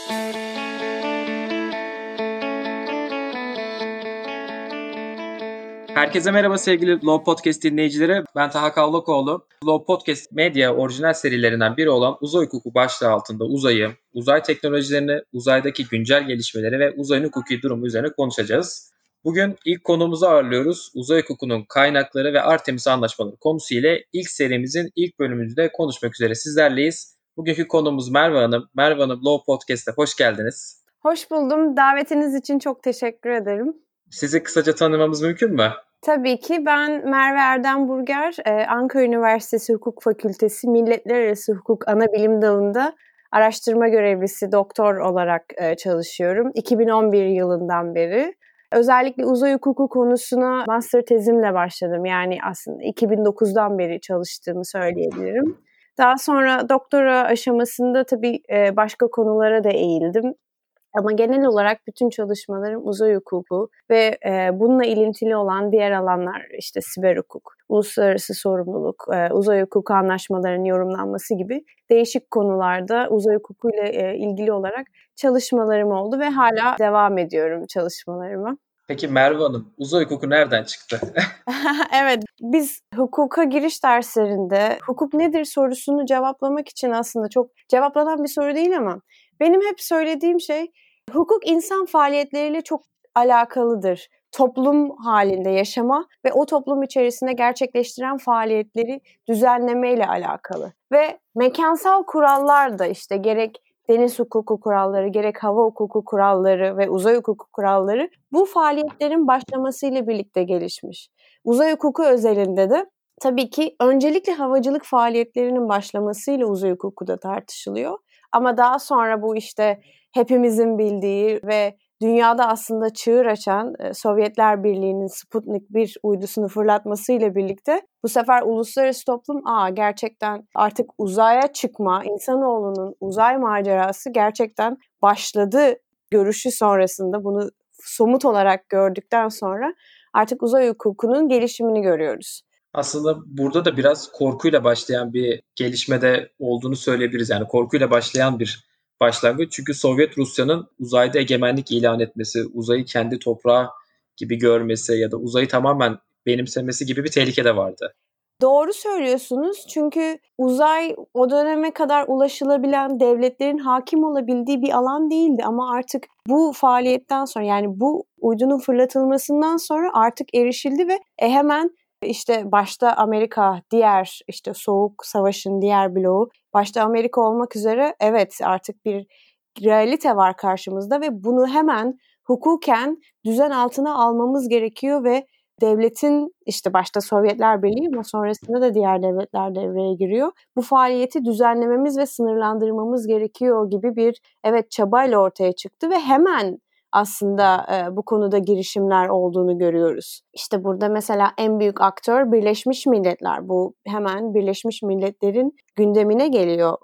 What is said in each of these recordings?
Herkese merhaba sevgili Law Podcast dinleyicileri. Ben Taha Kavlakoğlu. Law Podcast medya orijinal serilerinden biri olan Uzay Hukuku başlığı altında uzayı, uzay teknolojilerini, uzaydaki güncel gelişmeleri ve uzayın hukuki durumu üzerine konuşacağız. Bugün ilk konuğumuzu ağırlıyoruz. Uzay hukukunun kaynakları ve Artemis anlaşmaları konusu ile ilk serimizin ilk bölümünde konuşmak üzere sizlerleyiz. Bugünkü konuğumuz Merve Hanım. Merve Hanım Law Podcast'e hoş geldiniz. Hoş buldum. Davetiniz için çok teşekkür ederim. Sizi kısaca tanımamız mümkün mü? Tabii ki. Ben Merve Erdem Burger, Ankara Üniversitesi Hukuk Fakültesi Milletler Arası Hukuk Anabilim Dalı'nda araştırma görevlisi doktor olarak çalışıyorum. 2011 yılından beri. Özellikle uzay hukuku konusuna master tezimle başladım. Yani aslında 2009'dan beri çalıştığımı söyleyebilirim. Daha sonra doktora aşamasında tabii başka konulara da eğildim. Ama genel olarak bütün çalışmalarım uzay hukuku ve bununla ilintili olan diğer alanlar işte siber hukuk, uluslararası sorumluluk, uzay hukuku anlaşmalarının yorumlanması gibi değişik konularda uzay hukukuyla ilgili olarak çalışmalarım oldu ve hala devam ediyorum çalışmalarıma. Peki Merve Hanım, uzay hukuku nereden çıktı? Evet, biz hukuka giriş derslerinde hukuk nedir sorusunu cevaplamak için aslında çok cevaplanan bir soru değil ama benim hep söylediğim şey hukuk insan faaliyetleriyle çok alakalıdır. Toplum halinde yaşama ve o toplum içerisinde gerçekleştiren faaliyetleri düzenlemeyle alakalı. Ve mekansal kurallar da işte gerek deniz hukuku kuralları, gerek hava hukuku kuralları ve uzay hukuku kuralları bu faaliyetlerin başlamasıyla birlikte gelişmiş. Uzay hukuku özelinde de tabii ki öncelikle havacılık faaliyetlerinin başlamasıyla uzay hukuku da tartışılıyor. Ama daha sonra bu işte hepimizin bildiği ve dünyada aslında çığır açan Sovyetler Birliği'nin Sputnik 1 uydusunu fırlatmasıyla birlikte bu sefer uluslararası toplum gerçekten artık uzaya çıkma, insanoğlunun uzay macerası gerçekten başladı görüşü sonrasında bunu somut olarak gördükten sonra artık uzay hukukunun gelişimini görüyoruz. Aslında burada da biraz korkuyla başlayan bir gelişmede olduğunu söyleyebiliriz. Yani korkuyla başlayan bir başlangıç. Çünkü Sovyet Rusya'nın uzayda egemenlik ilan etmesi, uzayı kendi toprağı gibi görmesi ya da uzayı tamamen benimsemesi gibi bir tehlike de vardı. Doğru söylüyorsunuz çünkü uzay o döneme kadar ulaşılabilen devletlerin hakim olabildiği bir alan değildi ama artık bu faaliyetten sonra yani bu uydunun fırlatılmasından sonra artık erişildi ve hemen işte başta Amerika, diğer işte Soğuk Savaş'ın diğer bloğu, başta Amerika olmak üzere evet artık bir realite var karşımızda ve bunu hemen hukuken düzen altına almamız gerekiyor ve devletin işte başta Sovyetler Birliği ama sonrasında da diğer devletler devreye giriyor. Bu faaliyeti düzenlememiz ve sınırlandırmamız gerekiyor gibi bir çabayla ortaya çıktı ve hemen aslında bu konuda girişimler olduğunu görüyoruz. İşte burada mesela en büyük aktör Birleşmiş Milletler. Bu hemen Birleşmiş Milletler'in gündemine geliyor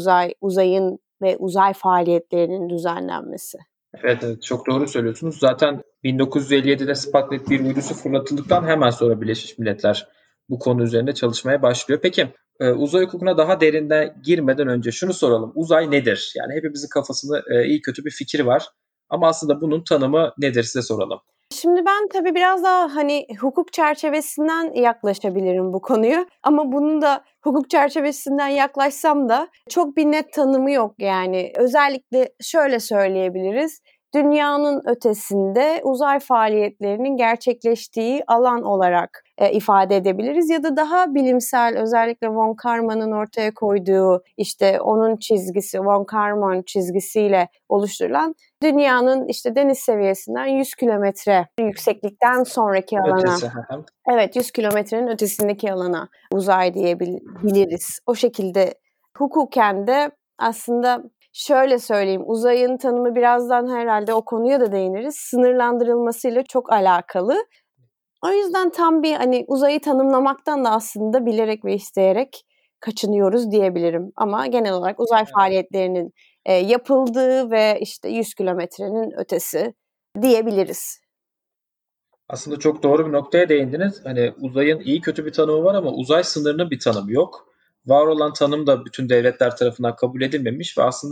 uzayın ve uzay faaliyetlerinin düzenlenmesi. Evet, çok doğru söylüyorsunuz. Zaten 1957'de Sputnik 1 uydusu fırlatıldıktan hemen sonra Birleşmiş Milletler bu konu üzerinde çalışmaya başlıyor. Peki uzay hukukuna daha derinde girmeden önce şunu soralım. Uzay nedir? Yani hepimizin kafasında iyi kötü bir fikir var. Ama aslında bunun tanımı nedir size soralım. Şimdi ben tabii biraz daha hukuk çerçevesinden yaklaşabilirim bu konuyu. Ama bunun da hukuk çerçevesinden yaklaşsam da çok bir net tanımı yok yani. Özellikle şöyle söyleyebiliriz. Dünyanın ötesinde uzay faaliyetlerinin gerçekleştiği alan olarak ifade edebiliriz. Ya da daha bilimsel özellikle von Karman'ın ortaya koyduğu işte onun çizgisi, von Karman çizgisiyle oluşturulan dünyanın işte deniz seviyesinden 100 kilometre yükseklikten sonraki alana, evet 100 kilometrenin ötesindeki alana uzay diyebiliriz. O şekilde hukuken de aslında şöyle söyleyeyim, uzayın tanımı birazdan herhalde o konuya da değiniriz. Sınırlandırılmasıyla çok alakalı. O yüzden tam bir uzayı tanımlamaktan da aslında bilerek ve isteyerek kaçınıyoruz diyebilirim. Ama genel olarak uzay faaliyetlerinin yapıldığı ve işte 100 kilometrenin ötesi diyebiliriz. Aslında çok doğru bir noktaya değindiniz. Hani uzayın iyi kötü bir tanımı var ama uzay sınırının bir tanımı yok. Var olan tanım da bütün devletler tarafından kabul edilmemiş ve aslında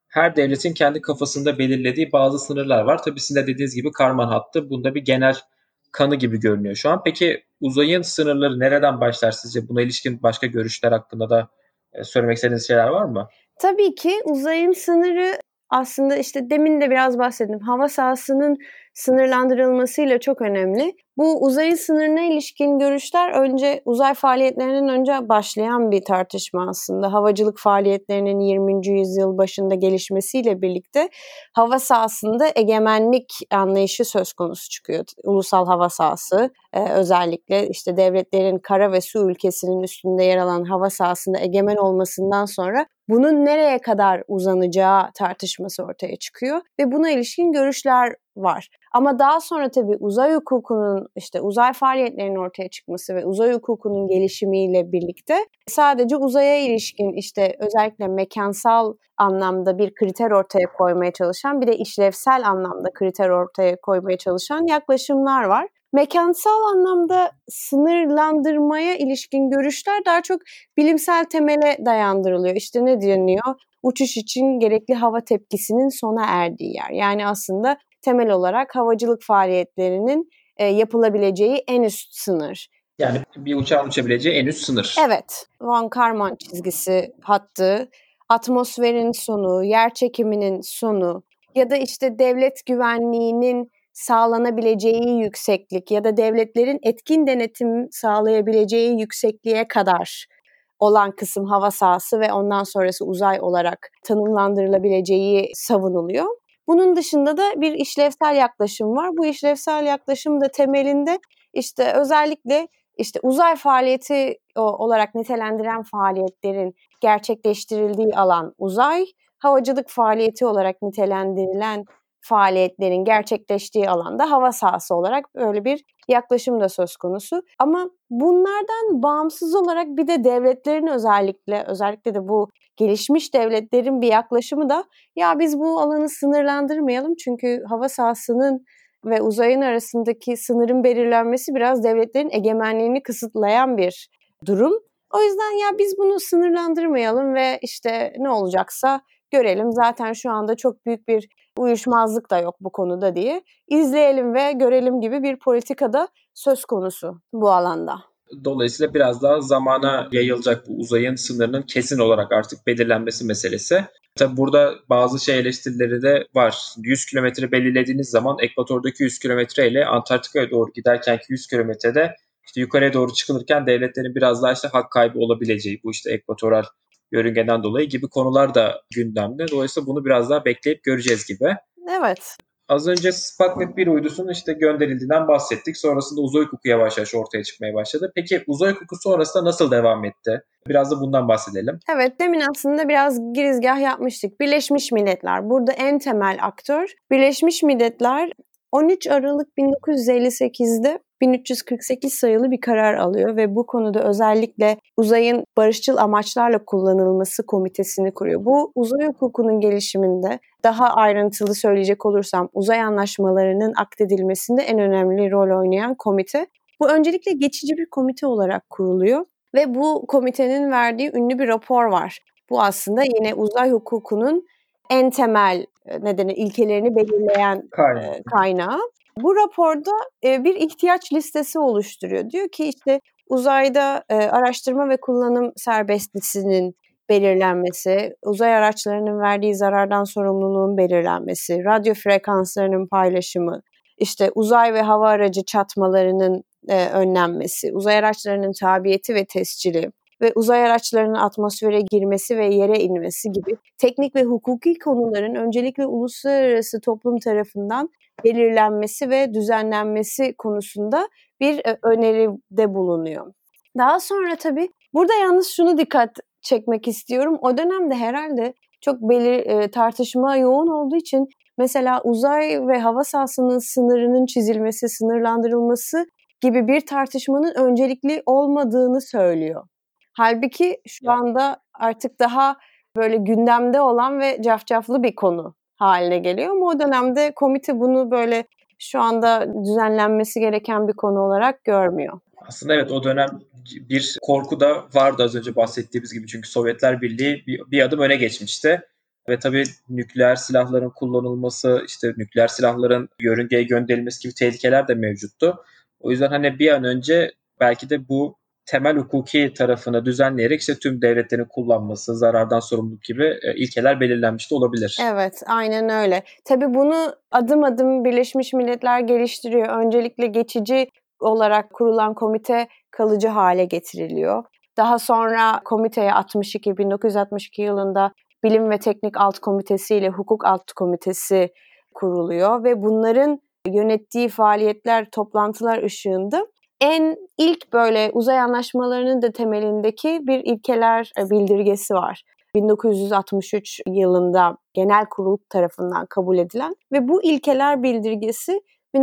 her devletin kendi kafasında belirlediği bazı sınırlar var. Tabii sizin de dediğiniz gibi Karman hattı bunda bir genel kanı gibi görünüyor şu an. Peki uzayın sınırları nereden başlar sizce? Buna ilişkin başka görüşler hakkında da söylemek istediğiniz şeyler var mı? Tabii ki uzayın sınırı aslında işte demin de biraz bahsettim. Hava sahasının sınırlandırılmasıyla çok önemli. Bu uzayın sınırına ilişkin görüşler önce uzay faaliyetlerinden önce başlayan bir tartışma aslında. Havacılık faaliyetlerinin 20. yüzyıl başında gelişmesiyle birlikte hava sahasında egemenlik anlayışı söz konusu çıkıyor. Ulusal hava sahası özellikle işte devletlerin kara ve su ülkesinin üstünde yer alan hava sahasında egemen olmasından sonra bunun nereye kadar uzanacağı tartışması ortaya çıkıyor ve buna ilişkin görüşler var. Ama daha sonra tabii uzay hukukunun işte uzay faaliyetlerinin ortaya çıkması ve uzay hukukunun gelişimiyle birlikte sadece uzaya ilişkin işte özellikle mekansal anlamda bir kriter ortaya koymaya çalışan bir de işlevsel anlamda kriter ortaya koymaya çalışan yaklaşımlar var. Mekansal anlamda sınırlandırmaya ilişkin görüşler daha çok bilimsel temele dayandırılıyor. İşte ne deniyor? Uçuş için gerekli hava tepkisinin sona erdiği yer. Yani aslında temel olarak havacılık faaliyetlerinin yapılabileceği en üst sınır. Yani bir uçağın uçabileceği en üst sınır. Evet, Von Karman çizgisi hattı, atmosferin sonu, yer çekiminin sonu ya da işte devlet güvenliğinin sağlanabileceği yükseklik ya da devletlerin etkin denetim sağlayabileceği yüksekliğe kadar olan kısım hava sahası ve ondan sonrası uzay olarak tanımlandırılabileceği savunuluyor. Bunun dışında da bir işlevsel yaklaşım var. Bu işlevsel yaklaşım da temelinde işte özellikle işte uzay faaliyeti olarak nitelendiren faaliyetlerin gerçekleştirildiği alan uzay, havacılık faaliyeti olarak nitelendirilen faaliyetlerin gerçekleştiği alanda hava sahası olarak böyle bir yaklaşım da söz konusu. Ama bunlardan bağımsız olarak bir de devletlerin özellikle de bu gelişmiş devletlerin bir yaklaşımı da ya biz bu alanı sınırlandırmayalım çünkü hava sahasının ve uzayın arasındaki sınırın belirlenmesi biraz devletlerin egemenliğini kısıtlayan bir durum. O yüzden ya biz bunu sınırlandırmayalım ve işte ne olacaksa görelim. Zaten şu anda çok büyük bir uyuşmazlık da yok bu konuda diye. İzleyelim ve görelim gibi bir politikada söz konusu bu alanda. Dolayısıyla biraz daha zamana yayılacak bu uzayın sınırının kesin olarak artık belirlenmesi meselesi. Tabi burada bazı eleştirileri de var. 100 kilometre belirlediğiniz zaman ekvatordaki 100 kilometre ile Antarktika'ya doğru giderkenki 100 kilometrede işte yukarıya doğru çıkılırken devletlerin biraz daha işte hak kaybı olabileceği bu işte ekvatoral yörüngeden dolayı gibi konular da gündemde. Dolayısıyla bunu biraz daha bekleyip göreceğiz gibi. Evet. Az önce Sputnik 1 uydusunun işte gönderildiğinden bahsettik. Sonrasında uzay hukuku yavaş yavaş ortaya çıkmaya başladı. Peki uzay hukuku sonrasında nasıl devam etti? Biraz da bundan bahsedelim. Evet, demin aslında biraz girizgah yapmıştık. Birleşmiş Milletler. Burada en temel aktör. Birleşmiş Milletler 13 Aralık 1958'de 1348 sayılı bir karar alıyor ve bu konuda özellikle uzayın barışçıl amaçlarla kullanılması komitesini kuruyor. Bu uzay hukukunun gelişiminde daha ayrıntılı söyleyecek olursam uzay anlaşmalarının akdedilmesinde en önemli rol oynayan komite. Bu öncelikle geçici bir komite olarak kuruluyor. Ve bu komitenin verdiği ünlü bir rapor var. Bu aslında yine uzay hukukunun en temel ilkelerini belirleyen kaynağı. Bu raporda bir ihtiyaç listesi oluşturuyor. Diyor ki işte uzayda araştırma ve kullanım serbestlisinin belirlenmesi, uzay araçlarının verdiği zarardan sorumluluğun belirlenmesi, radyo frekanslarının paylaşımı, işte uzay ve hava aracı çatmalarının önlenmesi, uzay araçlarının tabiyeti ve tescili ve uzay araçlarının atmosfere girmesi ve yere inmesi gibi teknik ve hukuki konuların öncelikle uluslararası toplum tarafından belirlenmesi ve düzenlenmesi konusunda bir öneride bulunuyor. Daha sonra tabii burada yalnız şunu dikkat çekmek istiyorum. O dönemde herhalde çok tartışma yoğun olduğu için mesela uzay ve hava sahasının sınırının çizilmesi, sınırlandırılması gibi bir tartışmanın öncelikli olmadığını söylüyor. Halbuki şu anda artık daha böyle gündemde olan ve cafcaflı bir konu haline geliyor. Ama o dönemde komite bunu böyle şu anda düzenlenmesi gereken bir konu olarak görmüyor. Aslında evet, o dönem bir korku da vardı az önce bahsettiğimiz gibi. Çünkü Sovyetler Birliği bir adım öne geçmişti. Ve tabii nükleer silahların kullanılması, işte nükleer silahların yörüngeye gönderilmesi gibi tehlikeler de mevcuttu. O yüzden hani bir an önce belki de bu temel hukuki tarafını düzenleyerek işte tüm devletlerin kullanması, zarardan sorumluluk gibi ilkeler belirlenmiş de olabilir. Evet, aynen öyle. Tabii bunu adım adım Birleşmiş Milletler geliştiriyor. Öncelikle geçici olarak kurulan komite kalıcı hale getiriliyor. Daha sonra komiteye 1962 yılında Bilim ve Teknik Alt Komitesi ile Hukuk Alt Komitesi kuruluyor ve bunların yönettiği faaliyetler, toplantılar ışığında en ilk böyle uzay anlaşmalarının da temelindeki bir ilkeler bildirgesi var. 1963 yılında Genel Kurul tarafından kabul edilen ve bu ilkeler bildirgesi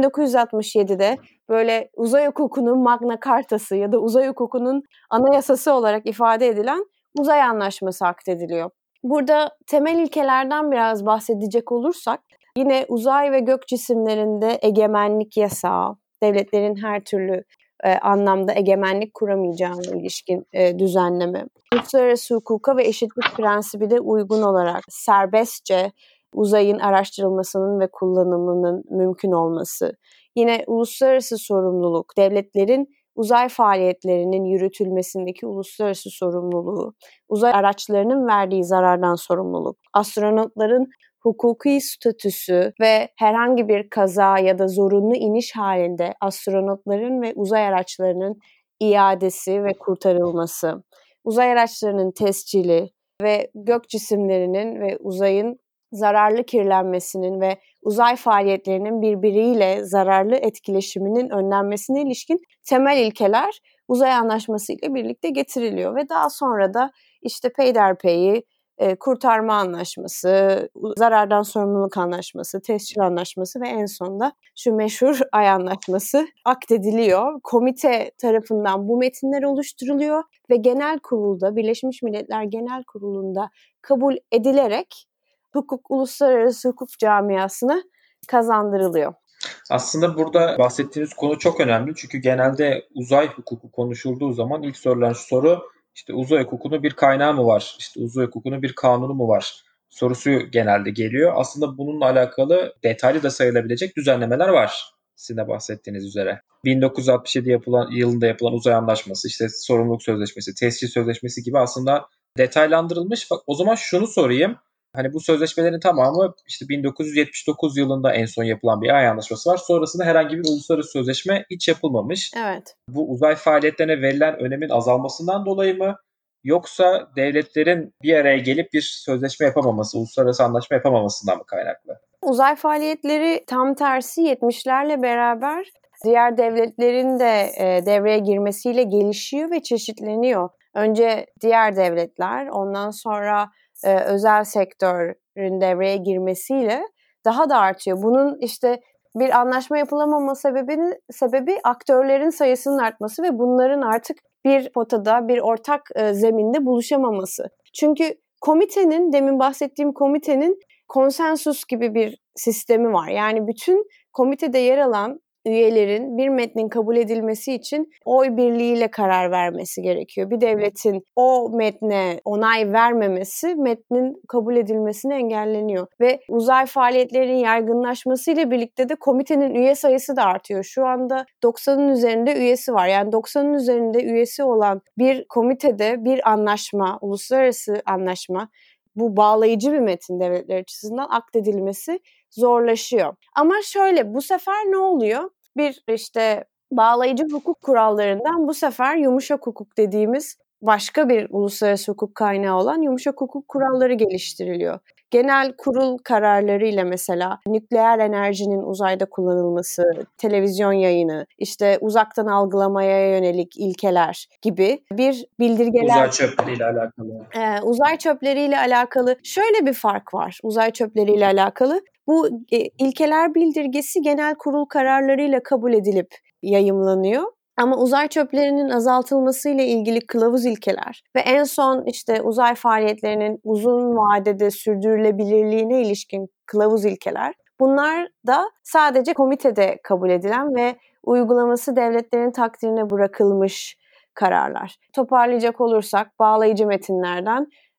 1967'de böyle uzay hukukunun Magna Cartası ya da uzay hukukunun anayasası olarak ifade edilen Uzay Anlaşması akdediliyor. Burada temel ilkelerden biraz bahsedecek olursak, yine uzay ve gök cisimlerinde egemenlik yasağı, devletlerin her türlü anlamda egemenlik kuramayacağına ilişkin düzenleme, uluslararası hukuka ve eşitlik prensibine uygun olarak serbestçe uzayın araştırılmasının ve kullanımının mümkün olması, yine uluslararası sorumluluk, devletlerin uzay faaliyetlerinin yürütülmesindeki uluslararası sorumluluğu, uzay araçlarının verdiği zarardan sorumluluk, astronotların hukuki statüsü ve herhangi bir kaza ya da zorunlu iniş halinde astronotların ve uzay araçlarının iadesi ve kurtarılması, uzay araçlarının tescili ve gök cisimlerinin ve uzayın zararlı kirlenmesinin ve uzay faaliyetlerinin birbiriyle zararlı etkileşiminin önlenmesine ilişkin temel ilkeler uzay anlaşması ile birlikte getiriliyor ve daha sonra da işte peyderpey kurtarma anlaşması, zarardan sorumluluk anlaşması, tescil anlaşması ve en sonunda şu meşhur Ay Anlaşması akdediliyor. Komite tarafından bu metinler oluşturuluyor ve Genel Kurul'da, Birleşmiş Milletler Genel Kurulu'nda kabul edilerek uluslararası hukuk camiasına kazandırılıyor. Aslında burada bahsettiğiniz konu çok önemli. Çünkü genelde uzay hukuku konuşulduğu zaman ilk sorulan soru işte uzay hukukunun bir kaynağı mı var? İşte uzay hukukunun bir kanunu mu var? Sorusu genelde geliyor. Aslında bununla alakalı detaylı da sayılabilecek düzenlemeler var. Sizin de bahsettiğiniz üzere. 1967 yılında yapılan uzay anlaşması, işte sorumluluk sözleşmesi, tescil sözleşmesi gibi aslında detaylandırılmış. Bak, o zaman şunu sorayım. Hani bu sözleşmelerin tamamı işte 1979 yılında en son yapılan bir Ay Anlaşması var. Sonrasında herhangi bir uluslararası sözleşme hiç yapılmamış. Evet. Bu uzay faaliyetlerine verilen önemin azalmasından dolayı mı? Yoksa devletlerin bir araya gelip bir sözleşme yapamaması, uluslararası anlaşma yapamamasından mı kaynaklı? Uzay faaliyetleri tam tersi 70'lerle beraber diğer devletlerin de devreye girmesiyle gelişiyor ve çeşitleniyor. Önce diğer devletler, ondan sonra özel sektörün devreye girmesiyle daha da artıyor. Bunun işte bir anlaşma yapılamama sebebi aktörlerin sayısının artması ve bunların artık bir potada, bir ortak zeminde buluşamaması. Çünkü komitenin, demin bahsettiğim komitenin konsensus gibi bir sistemi var. Yani bütün komitede yer alan üyelerin bir metnin kabul edilmesi için oy birliğiyle karar vermesi gerekiyor. Bir devletin o metne onay vermemesi metnin kabul edilmesini engelleniyor. Ve uzay faaliyetlerinin yaygınlaşmasıyla birlikte de komitenin üye sayısı da artıyor. Şu anda 90'ın üzerinde üyesi var. Yani 90'ın üzerinde üyesi olan bir komitede bir anlaşma, uluslararası anlaşma, bu bağlayıcı bir metin devletler açısından akdedilmesi zorlaşıyor. Ama şöyle, bu sefer ne oluyor? Bir işte bağlayıcı hukuk kurallarından bu sefer yumuşak hukuk dediğimiz başka bir uluslararası hukuk kaynağı olan yumuşak hukuk kuralları geliştiriliyor. Genel kurul kararlarıyla mesela nükleer enerjinin uzayda kullanılması, televizyon yayını, işte uzaktan algılamaya yönelik ilkeler gibi bir bildirgeler. Uzay çöpleriyle alakalı. Uzay çöpleriyle alakalı şöyle bir fark var. Uzay çöpleriyle alakalı. Bu ilkeler bildirgesi genel kurul kararlarıyla kabul edilip yayımlanıyor. Ama uzay çöplerinin azaltılmasıyla ilgili kılavuz ilkeler ve en son işte uzay faaliyetlerinin uzun vadede sürdürülebilirliğine ilişkin kılavuz ilkeler. Bunlar da sadece komitede kabul edilen ve uygulaması devletlerin takdirine bırakılmış kararlar. Toparlayacak olursak bağlayıcı metinlerden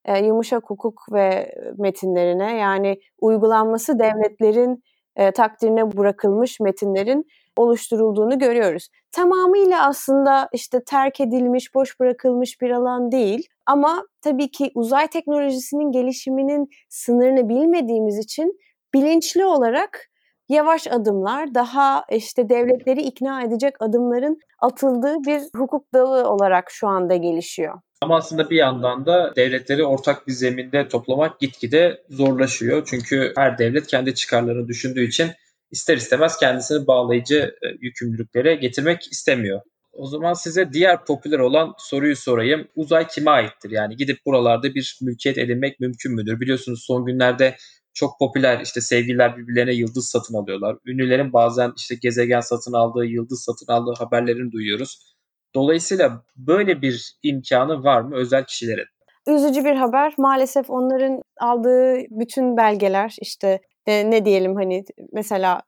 yumuşak hukuk ve metinlerine, yani uygulanması devletlerin takdirine bırakılmış metinlerin oluşturulduğunu görüyoruz. Tamamıyla aslında işte terk edilmiş, boş bırakılmış bir alan değil. Ama tabii ki uzay teknolojisinin gelişiminin sınırını bilmediğimiz için bilinçli olarak yavaş adımlar, daha işte devletleri ikna edecek adımların atıldığı bir hukuk dalı olarak şu anda gelişiyor. Ama aslında bir yandan da devletleri ortak bir zeminde toplamak gitgide zorlaşıyor. Çünkü her devlet kendi çıkarlarını düşündüğü için ister istemez kendisini bağlayıcı yükümlülüklere getirmek istemiyor. O zaman size diğer popüler olan soruyu sorayım. Uzay kime aittir? Yani gidip buralarda bir mülkiyet edinmek mümkün müdür? Biliyorsunuz son günlerde çok popüler, işte sevgililer birbirlerine yıldız satın alıyorlar. Ünlülerin bazen işte gezegen satın aldığı, yıldız satın aldığı haberlerini duyuyoruz. Dolayısıyla böyle bir imkanı var mı özel kişilerin? Üzücü bir haber. Maalesef onların aldığı bütün belgeler, işte ne diyelim, hani mesela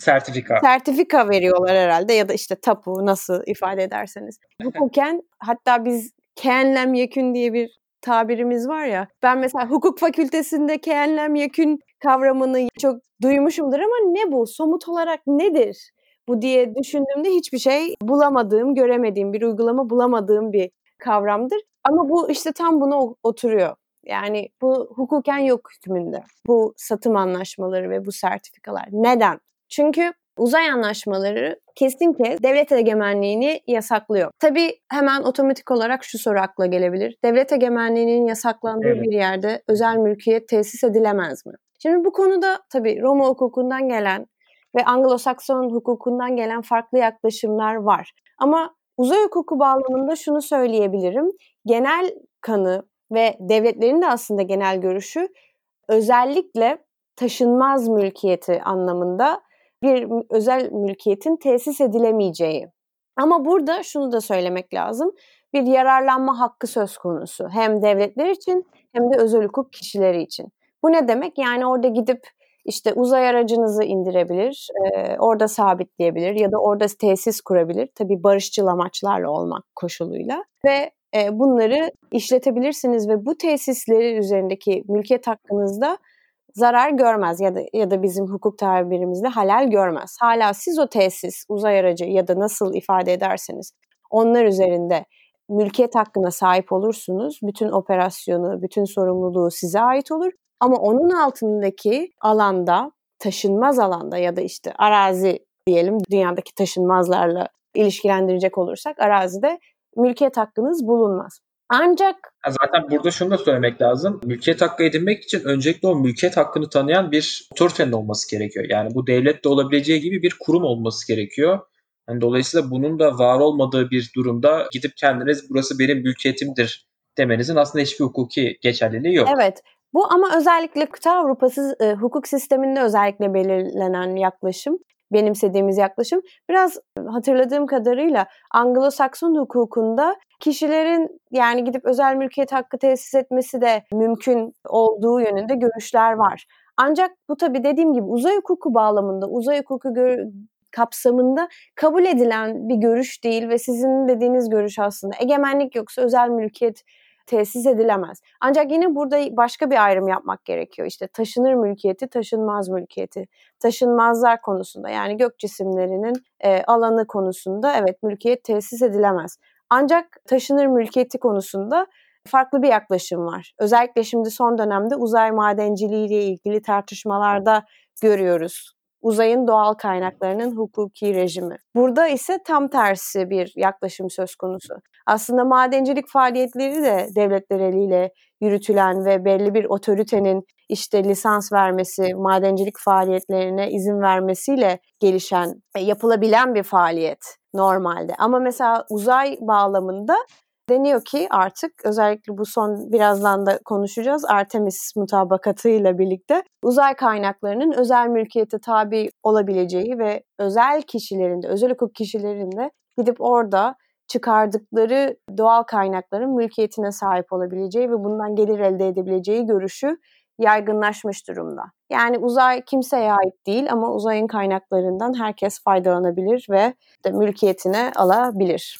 sertifika veriyorlar herhalde, ya da işte tapu, nasıl ifade ederseniz. Hukuken, hatta biz keenlem yekün diye bir tabirimiz var ya. Ben mesela hukuk fakültesinde keenlem yekün kavramını çok duymuşumdur ama ne bu? Somut olarak nedir bu diye düşündüğümde hiçbir şey bulamadığım, göremediğim, bir uygulama bulamadığım bir kavramdır. Ama bu işte tam buna oturuyor. Yani bu hukuken yok hükmünde. Bu satım anlaşmaları ve bu sertifikalar. Neden? Çünkü uzay anlaşmaları kesinlikle devlet egemenliğini yasaklıyor. Tabii hemen otomatik olarak şu soru akla gelebilir. Devlet egemenliğinin yasaklandığı bir yerde özel mülkiyet tesis edilemez mi? Şimdi bu konuda tabii Roma hukukundan gelen ve Anglo-Sakson hukukundan gelen farklı yaklaşımlar var. Ama uzay hukuku bağlamında şunu söyleyebilirim. Genel kanı ve devletlerin de aslında genel görüşü, özellikle taşınmaz mülkiyeti anlamında bir özel mülkiyetin tesis edilemeyeceği. Ama burada şunu da söylemek lazım. Bir yararlanma hakkı söz konusu. Hem devletler için hem de özel hukuk kişileri için. Bu ne demek? Yani orada gidip işte uzay aracınızı indirebilir, orada sabitleyebilir ya da orada tesis kurabilir. Tabii barışçıl amaçlarla olmak koşuluyla. Ve bunları işletebilirsiniz ve bu tesisleri üzerindeki mülkiyet hakkınızda zarar görmez ya da bizim hukuk tabirimizde halal görmez. Hala siz o tesis, uzay aracı ya da nasıl ifade ederseniz onlar üzerinde mülkiyet hakkına sahip olursunuz. Bütün operasyonu, bütün sorumluluğu size ait olur. Ama onun altındaki alanda, taşınmaz alanda ya da işte arazi diyelim, dünyadaki taşınmazlarla ilişkilendirecek olursak arazide mülkiyet hakkınız bulunmaz. Ancak zaten burada şunu da söylemek lazım. Mülkiyet hakkı edinmek için öncelikle o mülkiyet hakkını tanıyan bir otoritenin olması gerekiyor. Yani bu devlette olabileceği gibi bir kurum olması gerekiyor. Yani dolayısıyla bunun da var olmadığı bir durumda gidip kendiniz burası benim mülkiyetimdir demenizin aslında hiçbir hukuki geçerliliği yok. Evet. Bu ama özellikle kıta Avrupası hukuk sisteminde özellikle belirlenen yaklaşım, benimsediğimiz yaklaşım. Biraz hatırladığım kadarıyla Anglo-Sakson hukukunda kişilerin yani gidip özel mülkiyet hakkı tesis etmesi de mümkün olduğu yönünde görüşler var. Ancak bu tabii dediğim gibi uzay hukuku bağlamında, uzay hukuku kapsamında kabul edilen bir görüş değil ve sizin dediğiniz görüş aslında egemenlik yoksa özel mülkiyet tesis edilemez. Ancak yine burada başka bir ayrım yapmak gerekiyor. İşte taşınır mülkiyeti, taşınmaz mülkiyeti. Taşınmazlar konusunda, yani gök cisimlerinin alanı konusunda evet mülkiyet tesis edilemez. Ancak taşınır mülkiyeti konusunda farklı bir yaklaşım var. Özellikle şimdi son dönemde uzay madenciliği ile ilgili tartışmalarda görüyoruz. Uzayın doğal kaynaklarının hukuki rejimi. Burada ise tam tersi bir yaklaşım söz konusu. Aslında madencilik faaliyetleri de devletler eliyle yürütülen ve belli bir otoritenin işte lisans vermesi, madencilik faaliyetlerine izin vermesiyle gelişen, yapılabilen bir faaliyet normalde. Ama mesela uzay bağlamında deniyor ki artık, özellikle bu son birazdan da konuşacağız, Artemis mutabakatıyla birlikte uzay kaynaklarının özel mülkiyete tabi olabileceği ve özel kişilerin de, özel hukuk kişilerin de gidip orada çıkardıkları doğal kaynakların mülkiyetine sahip olabileceği ve bundan gelir elde edebileceği görüşü yaygınlaşmış durumda. Yani uzay kimseye ait değil ama uzayın kaynaklarından herkes faydalanabilir ve de mülkiyetine alabilir.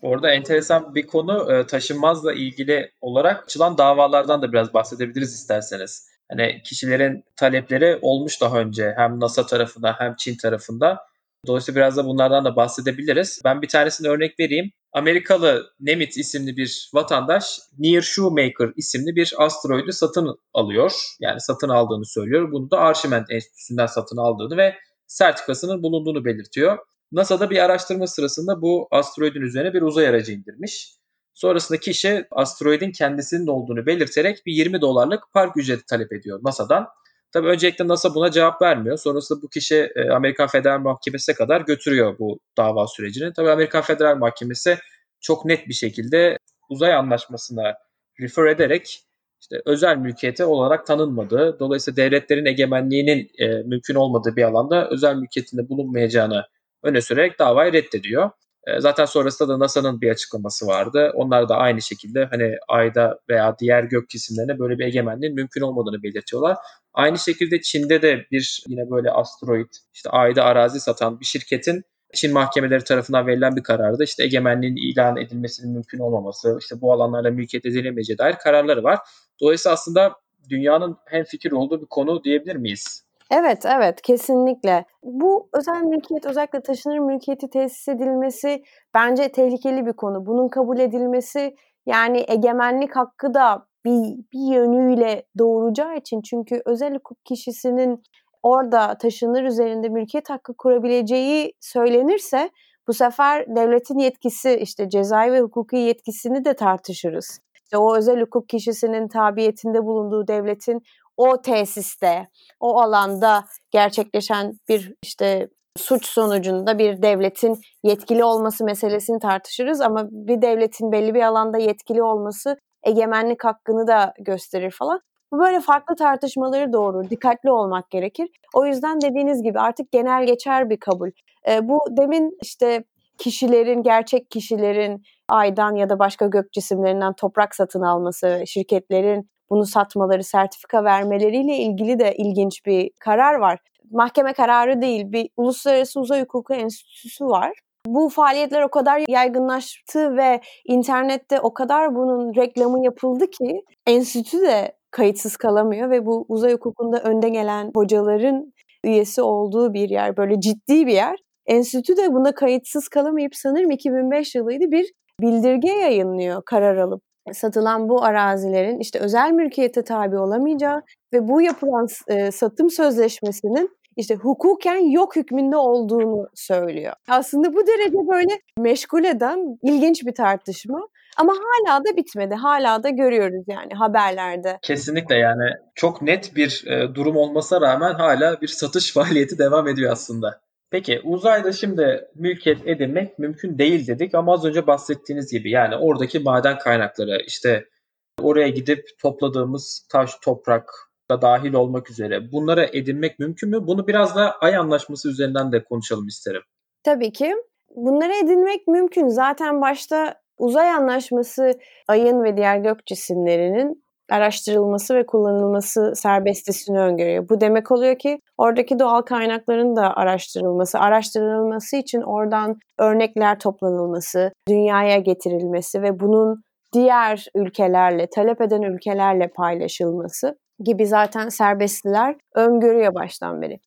Orada enteresan bir konu taşınmazla ilgili olarak açılan davalardan da biraz bahsedebiliriz isterseniz. Hani kişilerin talepleri olmuş daha önce hem NASA tarafında hem Çin tarafında. Dolayısıyla biraz da bunlardan da bahsedebiliriz. Ben bir tanesini örnek vereyim. Amerikalı Nemitz isimli bir vatandaş Near Shoemaker isimli bir asteroidi satın alıyor. Yani satın aldığını söylüyor. Bunu da Arşimet Enstitüsü'nden satın aldığını ve sertifikasının bulunduğunu belirtiyor. NASA'da bir araştırma sırasında bu asteroidin üzerine bir uzay aracı indirmiş. Sonrasında kişi asteroidin kendisinin olduğunu belirterek bir $20 park ücreti talep ediyor NASA'dan. Tabii öncelikle NASA buna cevap vermiyor. Sonrasında bu kişi Amerikan Federal Mahkemesi'ne kadar götürüyor bu dava sürecini. Tabii Amerikan Federal Mahkemesi çok net bir şekilde uzay anlaşmasına refer ederek işte özel mülkiyeti olarak tanınmadığı, dolayısıyla devletlerin egemenliğinin mümkün olmadığı bir alanda özel mülkiyetinde bulunmayacağını öne sürerek davayı reddediyor. Zaten sonrasında da NASA'nın bir açıklaması vardı. Onlar da aynı şekilde hani Ay'da veya diğer gök cisimlerine böyle bir egemenliğin mümkün olmadığını belirtiyorlar. Aynı şekilde Çin'de de bir yine böyle asteroid, işte Ay'da arazi satan bir şirketin Çin mahkemeleri tarafından verilen bir kararda işte egemenliğin ilan edilmesinin mümkün olmaması, işte bu alanlarda mülkiyet edilemeyeceği dair kararları var. Dolayısıyla aslında dünyanın hemfikir olduğu bir konu diyebilir miyiz? Evet, evet, kesinlikle. Bu özel mülkiyet, özellikle taşınır mülkiyeti tesis edilmesi bence tehlikeli bir konu. Bunun kabul edilmesi, yani egemenlik hakkı da bir yönüyle doğuracağı için, çünkü özel hukuk kişisinin orada taşınır üzerinde mülkiyet hakkı kurabileceği söylenirse bu sefer devletin yetkisi, işte cezai ve hukuki yetkisini de tartışırız. İşte o özel hukuk kişisinin tabiyetinde bulunduğu devletin o tesiste, o alanda gerçekleşen bir işte suç sonucunda bir devletin yetkili olması meselesini tartışırız, ama bir devletin belli bir alanda yetkili olması egemenlik hakkını da gösterir falan. Bu böyle farklı tartışmaları doğurur. Dikkatli olmak gerekir. O yüzden dediğiniz gibi artık genel geçer bir kabul. Bu demin işte kişilerin, gerçek kişilerin Ay'dan ya da başka gök cisimlerinden toprak satın alması, şirketlerin bunu satmaları, sertifika vermeleriyle ilgili de ilginç bir karar var. Mahkeme kararı değil, bir Uluslararası Uzay Hukuku Enstitüsü var. Bu faaliyetler o kadar yaygınlaştı ve internette o kadar bunun reklamı yapıldı ki enstitü de kayıtsız kalamıyor ve bu uzay hukukunda önde gelen hocaların üyesi olduğu bir yer, böyle ciddi bir yer. Enstitü de buna kayıtsız kalamayıp sanırım 2005 yılıydı bir bildirge yayınlıyor karar alıp. Satılan bu arazilerin işte özel mülkiyete tabi olamayacağı ve bu yapılan satım sözleşmesinin işte hukuken yok hükmünde olduğunu söylüyor. Aslında bu derece böyle meşgul eden ilginç bir tartışma. Ama hala da bitmedi. Hala da görüyoruz yani haberlerde. Kesinlikle yani çok net bir durum olmasına rağmen hala bir satış faaliyeti devam ediyor aslında. Peki uzayda şimdi mülkiyet edinmek mümkün değil dedik ama az önce bahsettiğiniz gibi yani oradaki maden kaynakları işte oraya gidip topladığımız taş, toprak da dahil olmak üzere bunlara edinmek mümkün mü? Bunu biraz da Ay Anlaşması üzerinden de konuşalım isterim. Tabii ki. Bunları edinmek mümkün. Zaten başta uzay anlaşması Ay'ın ve diğer gök cisimlerinin araştırılması ve kullanılması serbestisini öngörüyor. Bu demek oluyor ki oradaki doğal kaynakların da araştırılması için oradan örnekler toplanılması, dünyaya getirilmesi ve bunun diğer ülkelerle, talep eden ülkelerle paylaşılması gibi zaten serbestliler öngörüyor baştan beri.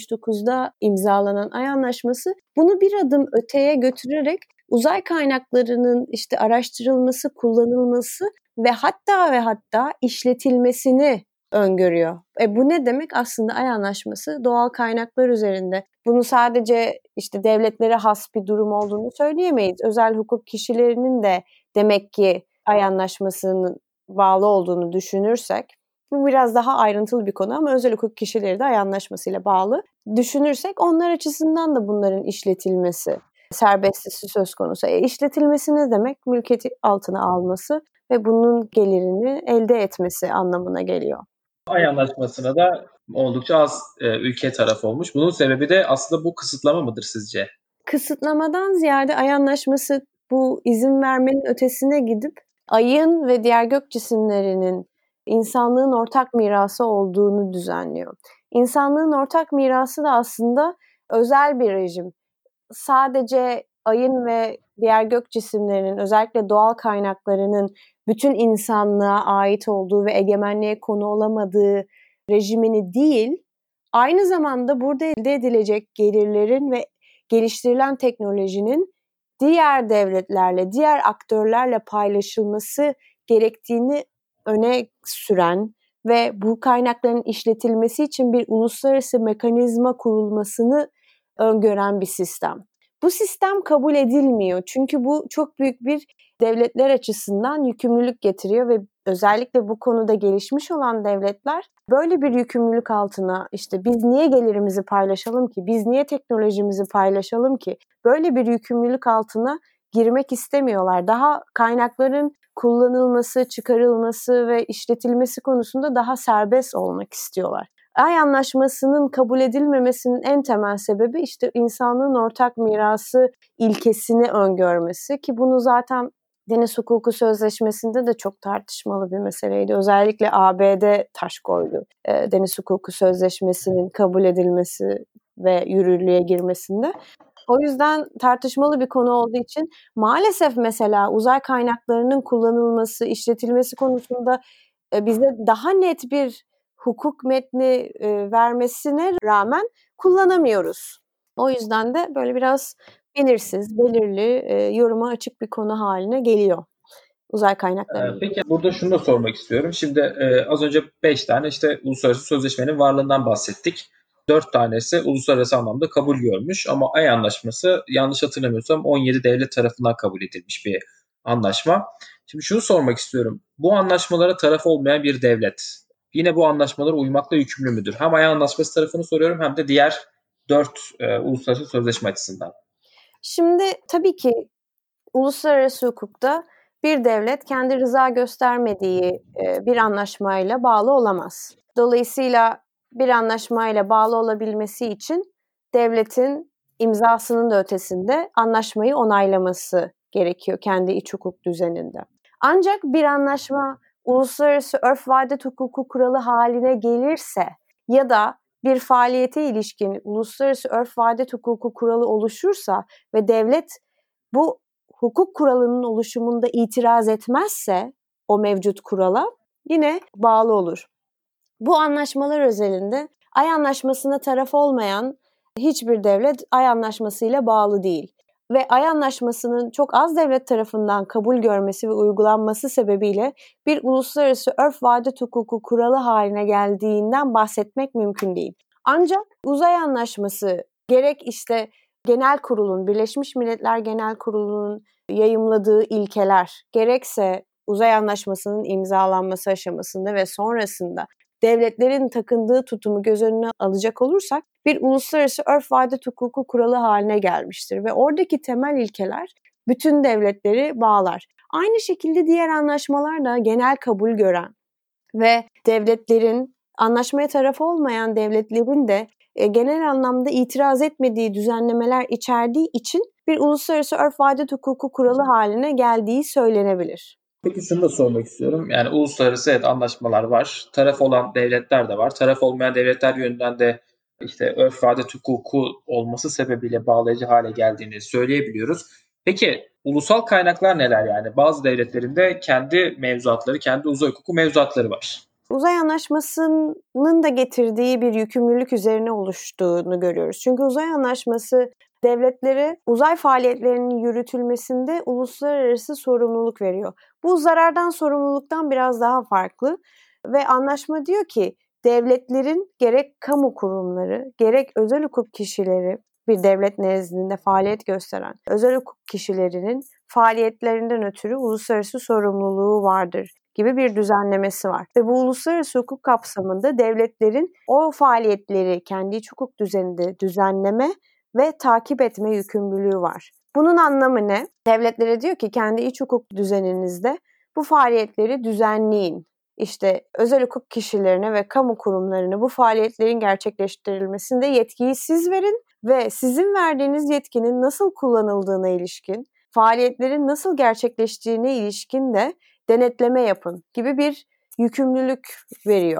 79'da imzalanan Ay Anlaşması bunu bir adım öteye götürerek uzay kaynaklarının işte araştırılması, kullanılması ve hatta işletilmesini öngörüyor. Bu ne demek? Aslında Ay Anlaşması doğal kaynaklar üzerinde. Bunu sadece işte devletlere has bir durum olduğunu söyleyemeyiz. Özel hukuk kişilerinin de demek ki Ay Anlaşması'nın bağlı olduğunu düşünürsek, bu biraz daha ayrıntılı bir konu ama özel hukuk kişileri de Ay Anlaşması'yla bağlı. Düşünürsek onlar açısından da bunların işletilmesi, serbestisi söz konusu. İşletilmesi ne demek? Mülkiyeti altına alması ve bunun gelirini elde etmesi anlamına geliyor. Ay Anlaşması'na da oldukça az ülke taraf olmuş. Bunun sebebi de aslında bu kısıtlama mıdır sizce? Kısıtlamadan ziyade Ay Anlaşması bu izin vermenin ötesine gidip Ay'ın ve diğer gök cisimlerinin insanlığın ortak mirası olduğunu düzenliyor. İnsanlığın ortak mirası da aslında özel bir rejim. Sadece Ay'ın ve diğer gök cisimlerinin, özellikle doğal kaynaklarının bütün insanlığa ait olduğu ve egemenliğe konu olamadığı rejimini değil, aynı zamanda burada elde edilecek gelirlerin ve geliştirilen teknolojinin diğer devletlerle, diğer aktörlerle paylaşılması gerektiğini öne süren ve bu kaynakların işletilmesi için bir uluslararası mekanizma kurulmasını öngören bir sistem. Bu sistem kabul edilmiyor çünkü bu çok büyük bir devletler açısından yükümlülük getiriyor ve özellikle bu konuda gelişmiş olan devletler böyle bir yükümlülük altına, işte biz niye gelirimizi paylaşalım ki, biz niye teknolojimizi paylaşalım ki, böyle bir yükümlülük altına girmek istemiyorlar. Daha kaynakların kullanılması, çıkarılması ve işletilmesi konusunda daha serbest olmak istiyorlar. Ay Anlaşması'nın kabul edilmemesinin en temel sebebi işte insanlığın ortak mirası ilkesini öngörmesi, ki bunu zaten Deniz Hukuku Sözleşmesi'nde de çok tartışmalı bir meseleydi. Özellikle ABD taş koydu Deniz Hukuku Sözleşmesi'nin kabul edilmesi ve yürürlüğe girmesinde. O yüzden tartışmalı bir konu olduğu için maalesef mesela uzay kaynaklarının kullanılması, işletilmesi konusunda bize daha net bir hukuk metni vermesine rağmen kullanamıyoruz. O yüzden de böyle biraz belirsiz, belirli, yoruma açık bir konu haline geliyor uzay kaynakları. Peki burada şunu da sormak istiyorum. Şimdi az önce 5 tane işte uluslararası sözleşmenin varlığından bahsettik. 4 tanesi uluslararası anlamda kabul görmüş ama Ay Anlaşması yanlış hatırlamıyorsam 17 devlet tarafından kabul edilmiş bir anlaşma. Şimdi şunu sormak istiyorum. Bu anlaşmalara taraf olmayan bir devlet yine bu anlaşmalara uymakla yükümlü müdür? Hem Ay Anlaşması tarafını soruyorum hem de diğer 4 uluslararası sözleşme açısından. Şimdi tabii ki uluslararası hukukta bir devlet kendi rıza göstermediği bir anlaşmayla bağlı olamaz. Dolayısıyla bir anlaşmayla bağlı olabilmesi için devletin imzasının da ötesinde anlaşmayı onaylaması gerekiyor kendi iç hukuk düzeninde. Ancak bir anlaşma uluslararası örf ve adet hukuku kuralı haline gelirse ya da bir faaliyete ilişkin uluslararası örf ve adet hukuku kuralı oluşursa ve devlet bu hukuk kuralının oluşumunda itiraz etmezse o mevcut kurala yine bağlı olur. Bu anlaşmalar özelinde Ay Anlaşması'na taraf olmayan hiçbir devlet Ay Anlaşması'yla bağlı değil. Ve Ay Anlaşması'nın çok az devlet tarafından kabul görmesi ve uygulanması sebebiyle bir uluslararası örf ve adet hukuku kuralı haline geldiğinden bahsetmek mümkün değil. Ancak Uzay Anlaşması gerek işte Genel Kurulun, Birleşmiş Milletler Genel Kurulu'nun yayımladığı ilkeler, gerekse Uzay Anlaşması'nın imzalanması aşamasında ve sonrasında devletlerin takındığı tutumu göz önüne alacak olursak bir uluslararası örf ve adet hukuku kuralı haline gelmiştir ve oradaki temel ilkeler bütün devletleri bağlar. Aynı şekilde diğer anlaşmalar da genel kabul gören ve devletlerin, anlaşmaya taraf olmayan devletlerin de genel anlamda itiraz etmediği düzenlemeler içerdiği için bir uluslararası örf ve adet hukuku kuralı haline geldiği söylenebilir. Peki şunu da sormak istiyorum. Yani uluslararası evet anlaşmalar var. Taraf olan devletler de var. Taraf olmayan devletler yönünden de işte örf ve adet hukuku olması sebebiyle bağlayıcı hale geldiğini söyleyebiliyoruz. Peki ulusal kaynaklar neler yani? Bazı devletlerin de kendi mevzuatları, kendi uzay hukuku mevzuatları var. Uzay Anlaşması'nın da getirdiği bir yükümlülük üzerine oluştuğunu görüyoruz. Çünkü Uzay Anlaşması devletlere uzay faaliyetlerinin yürütülmesinde uluslararası sorumluluk veriyor. Bu zarardan sorumluluktan biraz daha farklı ve anlaşma diyor ki devletlerin gerek kamu kurumları, gerek özel hukuk kişileri, bir devlet nezdinde faaliyet gösteren özel hukuk kişilerinin faaliyetlerinden ötürü uluslararası sorumluluğu vardır gibi bir düzenlemesi var. Ve bu uluslararası hukuk kapsamında devletlerin o faaliyetleri kendi iç hukuk düzeninde düzenleme ve takip etme yükümlülüğü var. Bunun anlamı ne? Devletlere diyor ki kendi iç hukuk düzeninizde bu faaliyetleri düzenleyin. İşte özel hukuk kişilerine ve kamu kurumlarına bu faaliyetlerin gerçekleştirilmesinde yetkiyi siz verin ve sizin verdiğiniz yetkinin nasıl kullanıldığına ilişkin, faaliyetlerin nasıl gerçekleştiğine ilişkin de denetleme yapın gibi bir yükümlülük veriyor.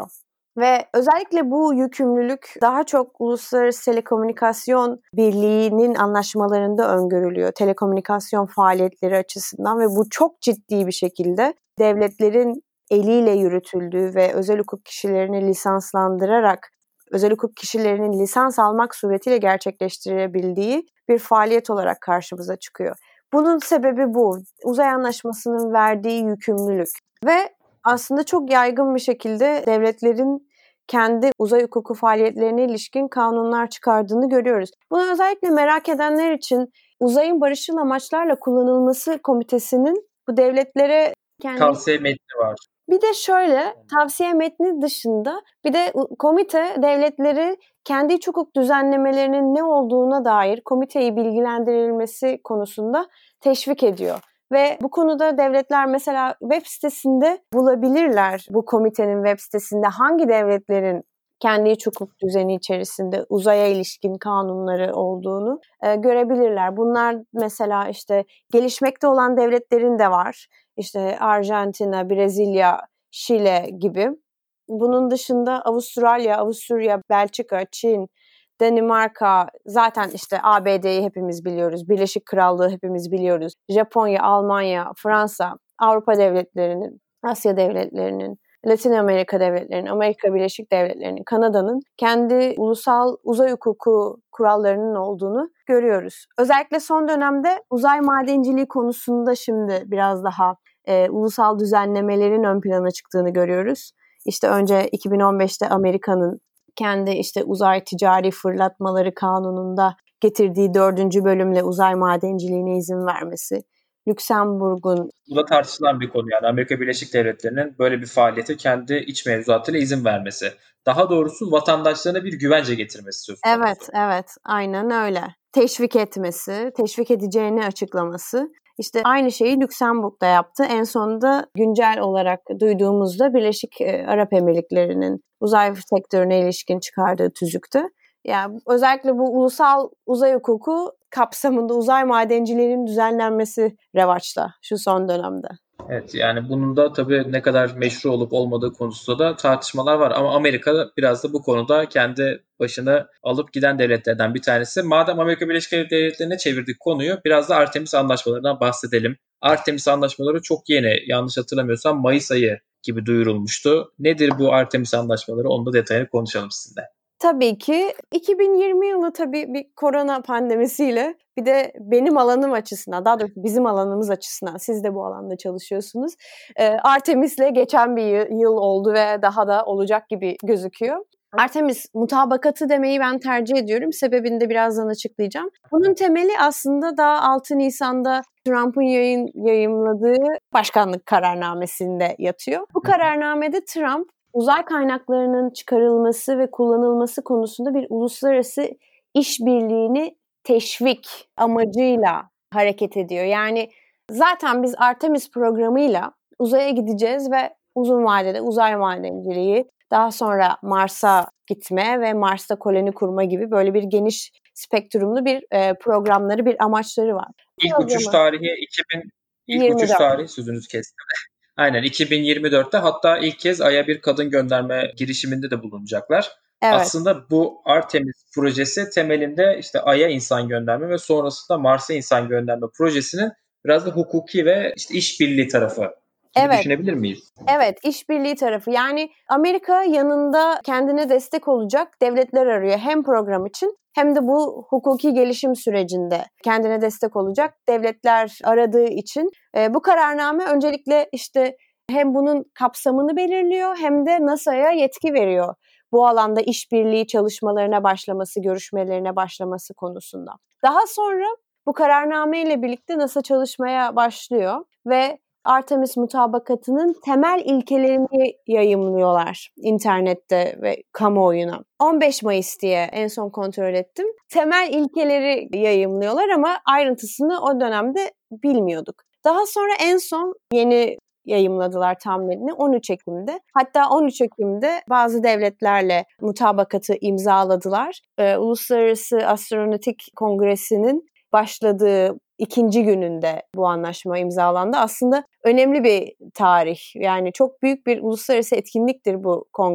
Ve özellikle bu yükümlülük daha çok Uluslararası Telekomünikasyon Birliği'nin anlaşmalarında öngörülüyor. Telekomünikasyon faaliyetleri açısından ve bu çok ciddi bir şekilde devletlerin eliyle yürütüldüğü ve özel hukuk kişilerini lisanslandırarak özel hukuk kişilerinin lisans almak suretiyle gerçekleştirebildiği bir faaliyet olarak karşımıza çıkıyor. Bunun sebebi bu. Uzay Anlaşması'nın verdiği yükümlülük ve aslında çok yaygın bir şekilde devletlerin kendi uzay hukuku faaliyetlerine ilişkin kanunlar çıkardığını görüyoruz. Bunu özellikle merak edenler için Uzayın Barışçıl Amaçlarla Kullanılması Komitesi'nin bu devletlere Tavsiye metni var. Bir de şöyle, tavsiye metni dışında bir de komite devletleri kendi iç hukuk düzenlemelerinin ne olduğuna dair komiteyi bilgilendirilmesi konusunda teşvik ediyor. Ve bu konuda devletler mesela web sitesinde bulabilirler, bu komitenin web sitesinde hangi devletlerin kendi iç hukuk düzeni içerisinde uzaya ilişkin kanunları olduğunu görebilirler. Bunlar mesela işte gelişmekte olan devletlerin de var. İşte Arjantina, Brezilya, Şile gibi. Bunun dışında Avustralya, Avusturya, Belçika, Çin, Danimarka, zaten işte ABD'yi hepimiz biliyoruz, Birleşik Krallığı hepimiz biliyoruz, Japonya, Almanya, Fransa, Avrupa devletlerinin, Asya devletlerinin, Latin Amerika devletlerinin, Amerika Birleşik Devletleri'nin, Kanada'nın kendi ulusal uzay hukuku kurallarının olduğunu görüyoruz. Özellikle son dönemde uzay madenciliği konusunda şimdi biraz daha ulusal düzenlemelerin ön plana çıktığını görüyoruz. İşte önce 2015'te Amerika'nın kendi işte uzay ticari fırlatmaları kanununda getirdiği 4. bölümle uzay madenciliğine izin vermesi. Lüksemburg'un... Bu da tartışılan bir konu, yani Amerika Birleşik Devletleri'nin böyle bir faaliyete kendi iç mevzuatıyla izin vermesi. Daha doğrusu vatandaşlarına bir güvence getirmesi söz konusu. Evet, aynen öyle. Teşvik etmesi, teşvik edeceğini açıklaması. İşte aynı şeyi Lüksemburg'da yaptı. En sonunda güncel olarak duyduğumuzda Birleşik Arap Emirlikleri'nin uzay sektörüne ilişkin çıkardığı tüzüktü. Yani özellikle bu ulusal uzay hukuku kapsamında uzay madenciliğinin düzenlenmesi revaçta şu son dönemde. Evet, yani bunun da tabii ne kadar meşru olup olmadığı konusunda da tartışmalar var. Ama Amerika biraz da bu konuda kendi başını alıp giden devletlerden bir tanesi. Madem Amerika Birleşik Devletleri'ne çevirdik konuyu, biraz da Artemis anlaşmalarından bahsedelim. Artemis anlaşmaları çok yeni, yanlış hatırlamıyorsam Mayıs ayı gibi duyurulmuştu. Nedir bu Artemis anlaşmaları? Onu da detaylı konuşalım sizinle. Tabii ki 2020 yılı tabii bir korona pandemisiyle bir de benim alanım açısından, daha doğrusu bizim alanımız açısından, siz de bu alanda çalışıyorsunuz. Artemis'le geçen bir yıl oldu ve daha da olacak gibi gözüküyor. Artemis mutabakatı demeyi ben tercih ediyorum. Sebebini de birazdan açıklayacağım. Bunun temeli aslında daha 6 Nisan'da Trump'ın yayımladığı başkanlık kararnamesinde yatıyor. Bu kararnamede Trump uzay kaynaklarının çıkarılması ve kullanılması konusunda bir uluslararası işbirliğini teşvik amacıyla hareket ediyor. Yani zaten biz Artemis programıyla uzaya gideceğiz ve uzun vadede uzay madenciliği, daha sonra Mars'a gitme ve Mars'ta koloni kurma gibi böyle bir geniş spektrumlu bir programları, bir amaçları var. İlk uçuş tarihi 24. Sözünüzü kestim. Aynen, 2024'te hatta ilk kez Ay'a bir kadın gönderme girişiminde de bulunacaklar. Evet. Aslında bu Artemis projesi temelinde işte Ay'a insan gönderme ve sonrasında Mars'a insan gönderme projesinin biraz da hukuki ve işte işbirliği tarafı gibi düşünebilir miyiz? Evet, işbirliği tarafı. Yani Amerika yanında kendine destek olacak devletler arıyor. Hem program için hem de bu hukuki gelişim sürecinde kendine destek olacak devletler aradığı için bu kararname öncelikle işte hem bunun kapsamını belirliyor hem de NASA'ya yetki veriyor bu alanda işbirliği çalışmalarına başlaması, görüşmelerine başlaması konusunda. Daha sonra bu kararname ile birlikte NASA çalışmaya başlıyor ve Artemis mutabakatının temel ilkelerini yayımlıyorlar internette ve kamuoyuna. 15 Mayıs diye en son kontrol ettim. Temel ilkeleri yayımlıyorlar ama ayrıntısını o dönemde bilmiyorduk. Daha sonra en son yeni yayımladılar tam metni 13 Ekim'de. Hatta 13 Ekim'de bazı devletlerle mutabakatı imzaladılar. Uluslararası Astronötik Kongresi'nin başladığı ikinci gününde bu anlaşma imzalandı. Aslında önemli bir tarih. Yani çok büyük bir uluslararası etkinliktir bu kongre.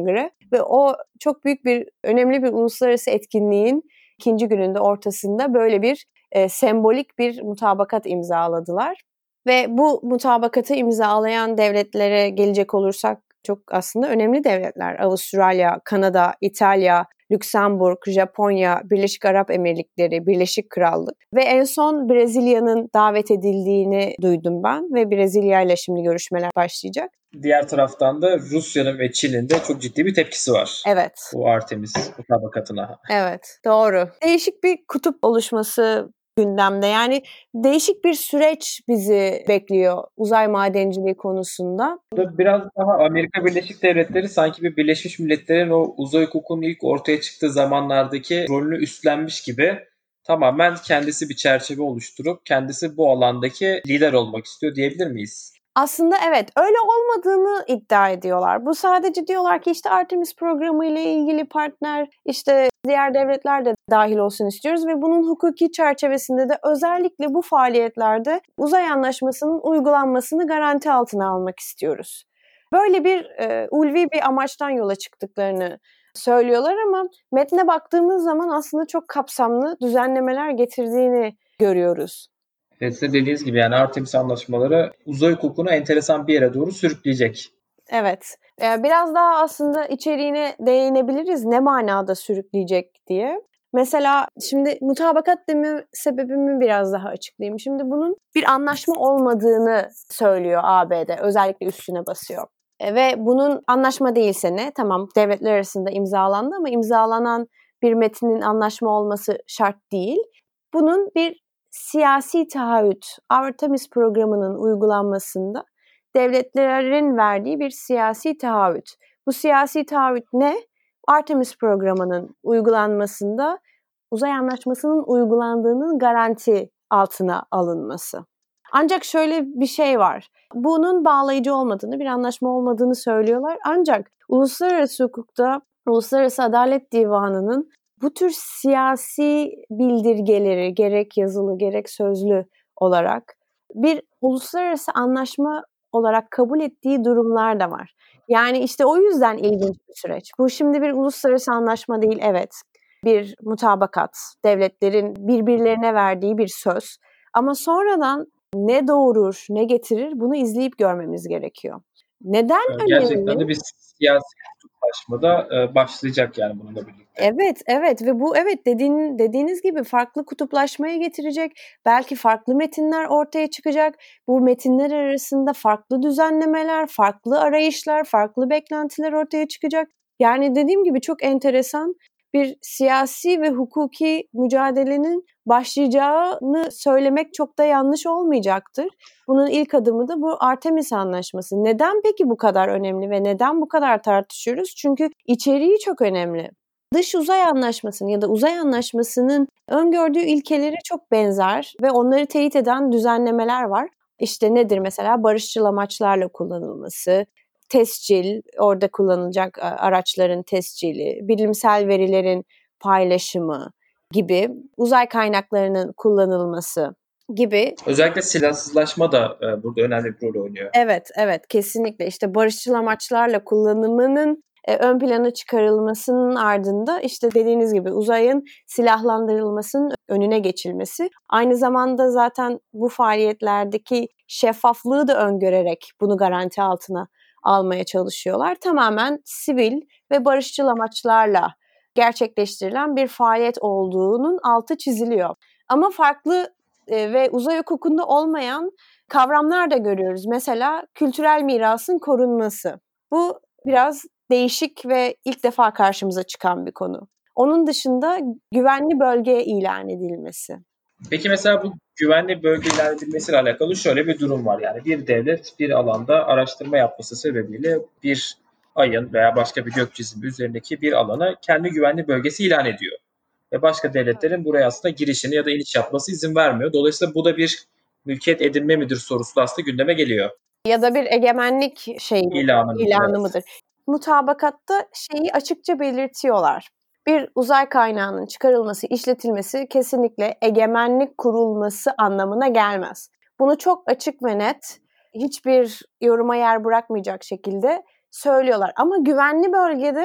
ve o çok büyük önemli bir uluslararası etkinliğin ikinci gününde ortasında böyle bir sembolik bir mutabakat imzaladılar. Ve bu mutabakatı imzalayan devletlere gelecek olursak çok aslında önemli devletler. Avustralya, Kanada, İtalya, Lüksemburg, Japonya, Birleşik Arap Emirlikleri, Birleşik Krallık ve en son Brezilya'nın davet edildiğini duydum ben ve Brezilya ile şimdi görüşmeler başlayacak. Diğer taraftan da Rusya'nın ve Çin'in de çok ciddi bir tepkisi var. Evet. Bu Artemis mutabakatına. Evet, doğru. Değişik bir kutup oluşması gündemde. Yani değişik bir süreç bizi bekliyor uzay madenciliği konusunda. Burada biraz daha Amerika Birleşik Devletleri sanki bir Birleşmiş Milletler'in o uzay hukukunun ilk ortaya çıktığı zamanlardaki rolünü üstlenmiş gibi tamamen kendisi bir çerçeve oluşturup kendisi bu alandaki lider olmak istiyor diyebilir miyiz? Aslında evet, öyle olmadığını iddia ediyorlar. Bu sadece diyorlar ki işte Artemis programı ile ilgili partner, işte diğer devletler de dahil olsun istiyoruz ve bunun hukuki çerçevesinde de özellikle bu faaliyetlerde uzay anlaşmasının uygulanmasını garanti altına almak istiyoruz. Böyle bir ulvi bir amaçtan yola çıktıklarını söylüyorlar ama metne baktığımız zaman aslında çok kapsamlı düzenlemeler getirdiğini görüyoruz. Evet, size dediğiniz gibi yani Artemis anlaşmaları uzay hukukunu enteresan bir yere doğru sürükleyecek. Evet. Biraz daha aslında içeriğine değinebiliriz. Ne manada sürükleyecek diye. Mesela şimdi mutabakat deme sebebimi biraz daha açıklayayım. Şimdi bunun bir anlaşma olmadığını söylüyor ABD. Özellikle üstüne basıyor. Ve bunun anlaşma değilse ne? Tamam, devletler arasında imzalandı ama imzalanan bir metnin anlaşma olması şart değil. Bunun bir siyasi taahhüt, Artemis programının uygulanmasında devletlerin verdiği bir siyasi taahhüt. Bu siyasi taahhüt ne? Artemis programının uygulanmasında uzay anlaşmasının uygulandığının garanti altına alınması. Ancak şöyle bir şey var. Bunun bağlayıcı olmadığını, bir anlaşma olmadığını söylüyorlar. Ancak uluslararası hukukta Uluslararası Adalet Divanı'nın bu tür siyasi bildirgeleri gerek yazılı gerek sözlü olarak bir uluslararası anlaşma olarak kabul ettiği durumlar da var. Yani işte o yüzden ilginç bir süreç. Bu şimdi bir uluslararası anlaşma değil, evet. Bir mutabakat, devletlerin birbirlerine verdiği bir söz. Ama sonradan ne doğurur, ne getirir bunu izleyip görmemiz gerekiyor. Neden Gerçekten önemli? de bir siyasi kutuplaşma da başlayacak yani bununla birlikte. Evet ve bu dediğiniz gibi farklı kutuplaşmaya getirecek. Belki farklı metinler ortaya çıkacak. Bu metinler arasında farklı düzenlemeler, farklı arayışlar, farklı beklentiler ortaya çıkacak. Yani dediğim gibi çok enteresan bir siyasi ve hukuki mücadelenin başlayacağını söylemek çok da yanlış olmayacaktır. Bunun ilk adımı da bu Artemis Anlaşması. Neden peki bu kadar önemli ve neden bu kadar tartışıyoruz? Çünkü içeriği çok önemli. Dış uzay anlaşmasının ya da uzay anlaşmasının öngördüğü ilkelere çok benzer ve onları teyit eden düzenlemeler var. İşte nedir mesela? Barışçıl amaçlarla kullanılması, tescil, orada kullanılacak araçların tescili, bilimsel verilerin paylaşımı gibi, uzay kaynaklarının kullanılması gibi. Özellikle silahsızlaşma da burada önemli bir rol oynuyor. Evet, kesinlikle. İşte barışçıl amaçlarla kullanımının ön plana çıkarılmasının ardında işte dediğiniz gibi uzayın silahlandırılmasının önüne geçilmesi. Aynı zamanda zaten bu faaliyetlerdeki şeffaflığı da öngörerek bunu garanti altına almaya çalışıyorlar. Tamamen sivil ve barışçıl amaçlarla gerçekleştirilen bir faaliyet olduğunun altı çiziliyor. Ama farklı ve uzay hukukunda olmayan kavramlar da görüyoruz. Mesela kültürel mirasın korunması. Bu biraz değişik ve ilk defa karşımıza çıkan bir konu. Onun dışında güvenli bölge ilan edilmesi. Peki mesela bu güvenli bölge ilan edilmesiyle alakalı şöyle bir durum var. Yani bir devlet bir alanda araştırma yapması sebebiyle bir ayın veya başka bir gökcisim üzerindeki bir alanı kendi güvenli bölgesi ilan ediyor. Ve başka devletlerin buraya aslında girişini ya da iniş yapması izin vermiyor. Dolayısıyla bu da bir mülkiyet edinme midir sorusu da aslında gündeme geliyor. Ya da bir egemenlik İlanı mıdır? ilanı Evet. mıdır? Mutabakatta şeyi açıkça belirtiyorlar. Bir uzay kaynağının çıkarılması, işletilmesi kesinlikle egemenlik kurulması anlamına gelmez. Bunu çok açık ve net, hiçbir yoruma yer bırakmayacak şekilde söylüyorlar. Ama güvenli bölgede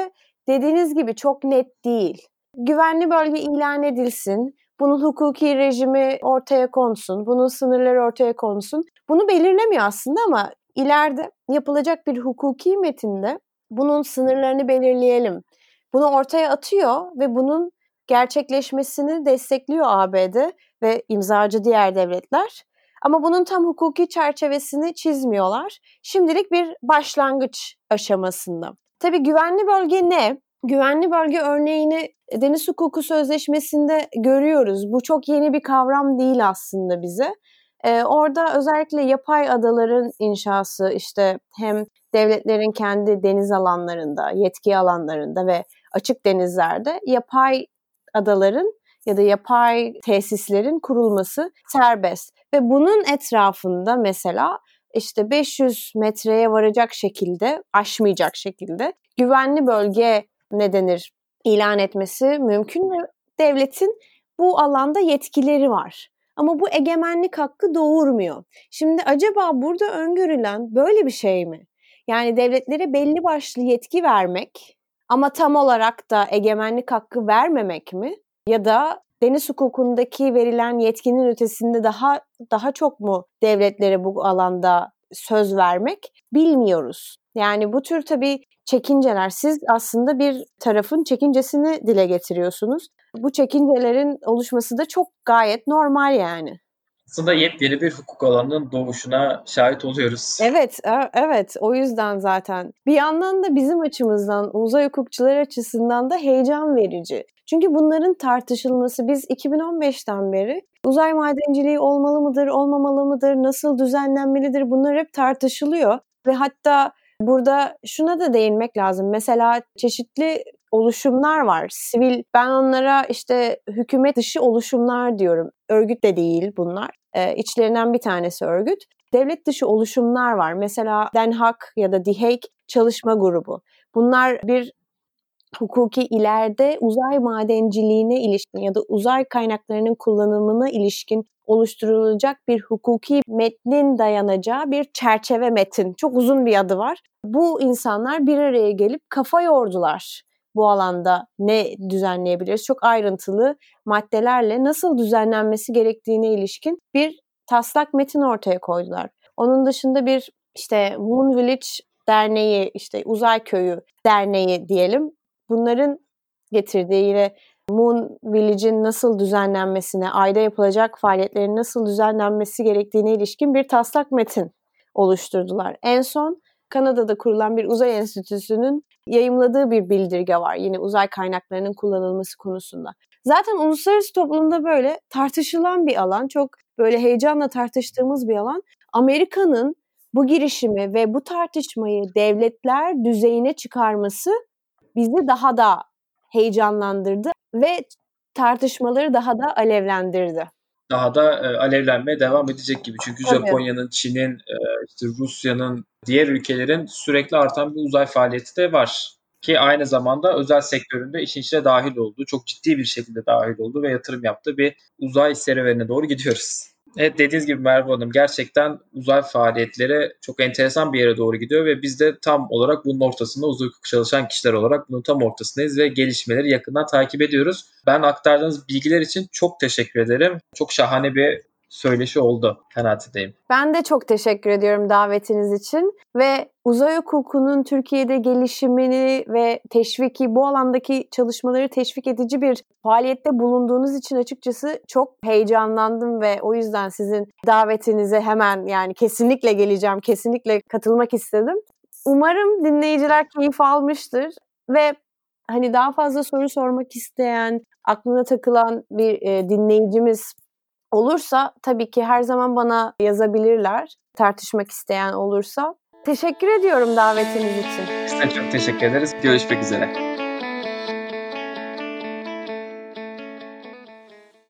dediğiniz gibi çok net değil. Güvenli bölge ilan edilsin, bunun hukuki rejimi ortaya konsun, bunun sınırları ortaya konsun. Bunu belirlemiyor aslında ama ileride yapılacak bir hukuki metinde bunun sınırlarını belirleyelim. Bunu ortaya atıyor ve bunun gerçekleşmesini destekliyor ABD ve imzacı diğer devletler. Ama bunun tam hukuki çerçevesini çizmiyorlar. Şimdilik bir başlangıç aşamasında. Tabii güvenli bölge ne? Güvenli bölge örneğini Deniz Hukuku Sözleşmesi'nde görüyoruz. Bu çok yeni bir kavram değil aslında bize. Orada özellikle yapay adaların inşası, işte hem devletlerin kendi deniz alanlarında, yetki alanlarında ve açık denizlerde yapay adaların ya da yapay tesislerin kurulması serbest. Ve bunun etrafında mesela işte 500 metreye varacak şekilde, aşmayacak şekilde güvenli bölge ne denir ilan etmesi mümkün ve devletin bu alanda yetkileri var. Ama bu egemenlik hakkı doğurmuyor. Şimdi acaba burada öngörülen böyle bir şey mi? Yani devletlere belli başlı yetki vermek ama tam olarak da egemenlik hakkı vermemek mi? Ya da deniz hukukundaki verilen yetkinin ötesinde daha çok mu devletlere bu alanda söz vermek bilmiyoruz. Yani bu tür tabii çekinceler, siz aslında bir tarafın çekincesini dile getiriyorsunuz. Bu çekincelerin oluşması da çok gayet normal yani. Aslında yepyeni bir hukuk alanının doğuşuna şahit oluyoruz. Evet, evet. O yüzden zaten bir yandan da bizim açımızdan, uzay hukukçular açısından da heyecan verici. Çünkü bunların tartışılması, biz 2015'ten beri uzay madenciliği olmalı mıdır, olmamalı mıdır, nasıl düzenlenmelidir, bunlar hep tartışılıyor. Ve hatta burada şuna da değinmek lazım. Mesela çeşitli oluşumlar var. Sivil, ben onlara işte hükümet dışı oluşumlar diyorum. Örgüt de değil bunlar. İçlerinden bir tanesi örgüt. Devlet dışı oluşumlar var. Mesela Den Haag ya da The Hague Çalışma Grubu. Bunlar bir hukuki ileride uzay madenciliğine ilişkin ya da uzay kaynaklarının kullanımına ilişkin oluşturulacak bir hukuki metnin dayanacağı bir çerçeve metin. Çok uzun bir adı var. Bu insanlar bir araya gelip kafa yordular. Bu alanda ne düzenleyebiliriz? Çok ayrıntılı maddelerle nasıl düzenlenmesi gerektiğine ilişkin bir taslak metin ortaya koydular. Onun dışında bir işte Moon Village Derneği, işte Uzay Köyü Derneği diyelim. Bunların getirdiği yine Moon Village'in nasıl düzenlenmesine, ayda yapılacak faaliyetlerin nasıl düzenlenmesi gerektiğine ilişkin bir taslak metin oluşturdular. En son Kanada'da kurulan bir uzay enstitüsünün yayımladığı bir bildirge var yine uzay kaynaklarının kullanılması konusunda. Zaten uluslararası toplumda böyle tartışılan bir alan, çok böyle heyecanla tartıştığımız bir alan. Amerika'nın bu girişimi ve bu tartışmayı devletler düzeyine çıkarması bizi daha da heyecanlandırdı ve tartışmaları daha da alevlendirdi. Daha da alevlenmeye devam edecek gibi. Çünkü Tabii. Japonya'nın, Çin'in, işte Rusya'nın, diğer ülkelerin sürekli artan bir uzay faaliyeti de var. Ki aynı zamanda özel sektöründe işin içine dahil olduğu, çok ciddi bir şekilde dahil olduğu ve yatırım yaptığı bir uzay serüvenine doğru gidiyoruz. Evet, dediğiniz gibi Merve Hanım, gerçekten uzay faaliyetleri çok enteresan bir yere doğru gidiyor ve biz de tam olarak bunun ortasında, uzay hukuku çalışan kişiler olarak bunun tam ortasındayız ve gelişmeleri yakından takip ediyoruz. Ben aktardığınız bilgiler için çok teşekkür ederim. Çok şahane bir söyleşi oldu kanaatindeyim. Ben de çok teşekkür ediyorum davetiniz için ve uzay hukukunun Türkiye'de gelişimini ve teşviki, bu alandaki çalışmaları teşvik edici bir faaliyette bulunduğunuz için açıkçası çok heyecanlandım ve o yüzden sizin davetinize hemen, yani kesinlikle geleceğim, kesinlikle katılmak istedim. Umarım dinleyiciler keyif almıştır ve hani daha fazla soru sormak isteyen, aklına takılan bir dinleyicimiz olursa tabii ki her zaman bana yazabilirler, tartışmak isteyen olursa. Teşekkür ediyorum davetiniz için. Biz de çok teşekkür ederiz. Görüşmek üzere.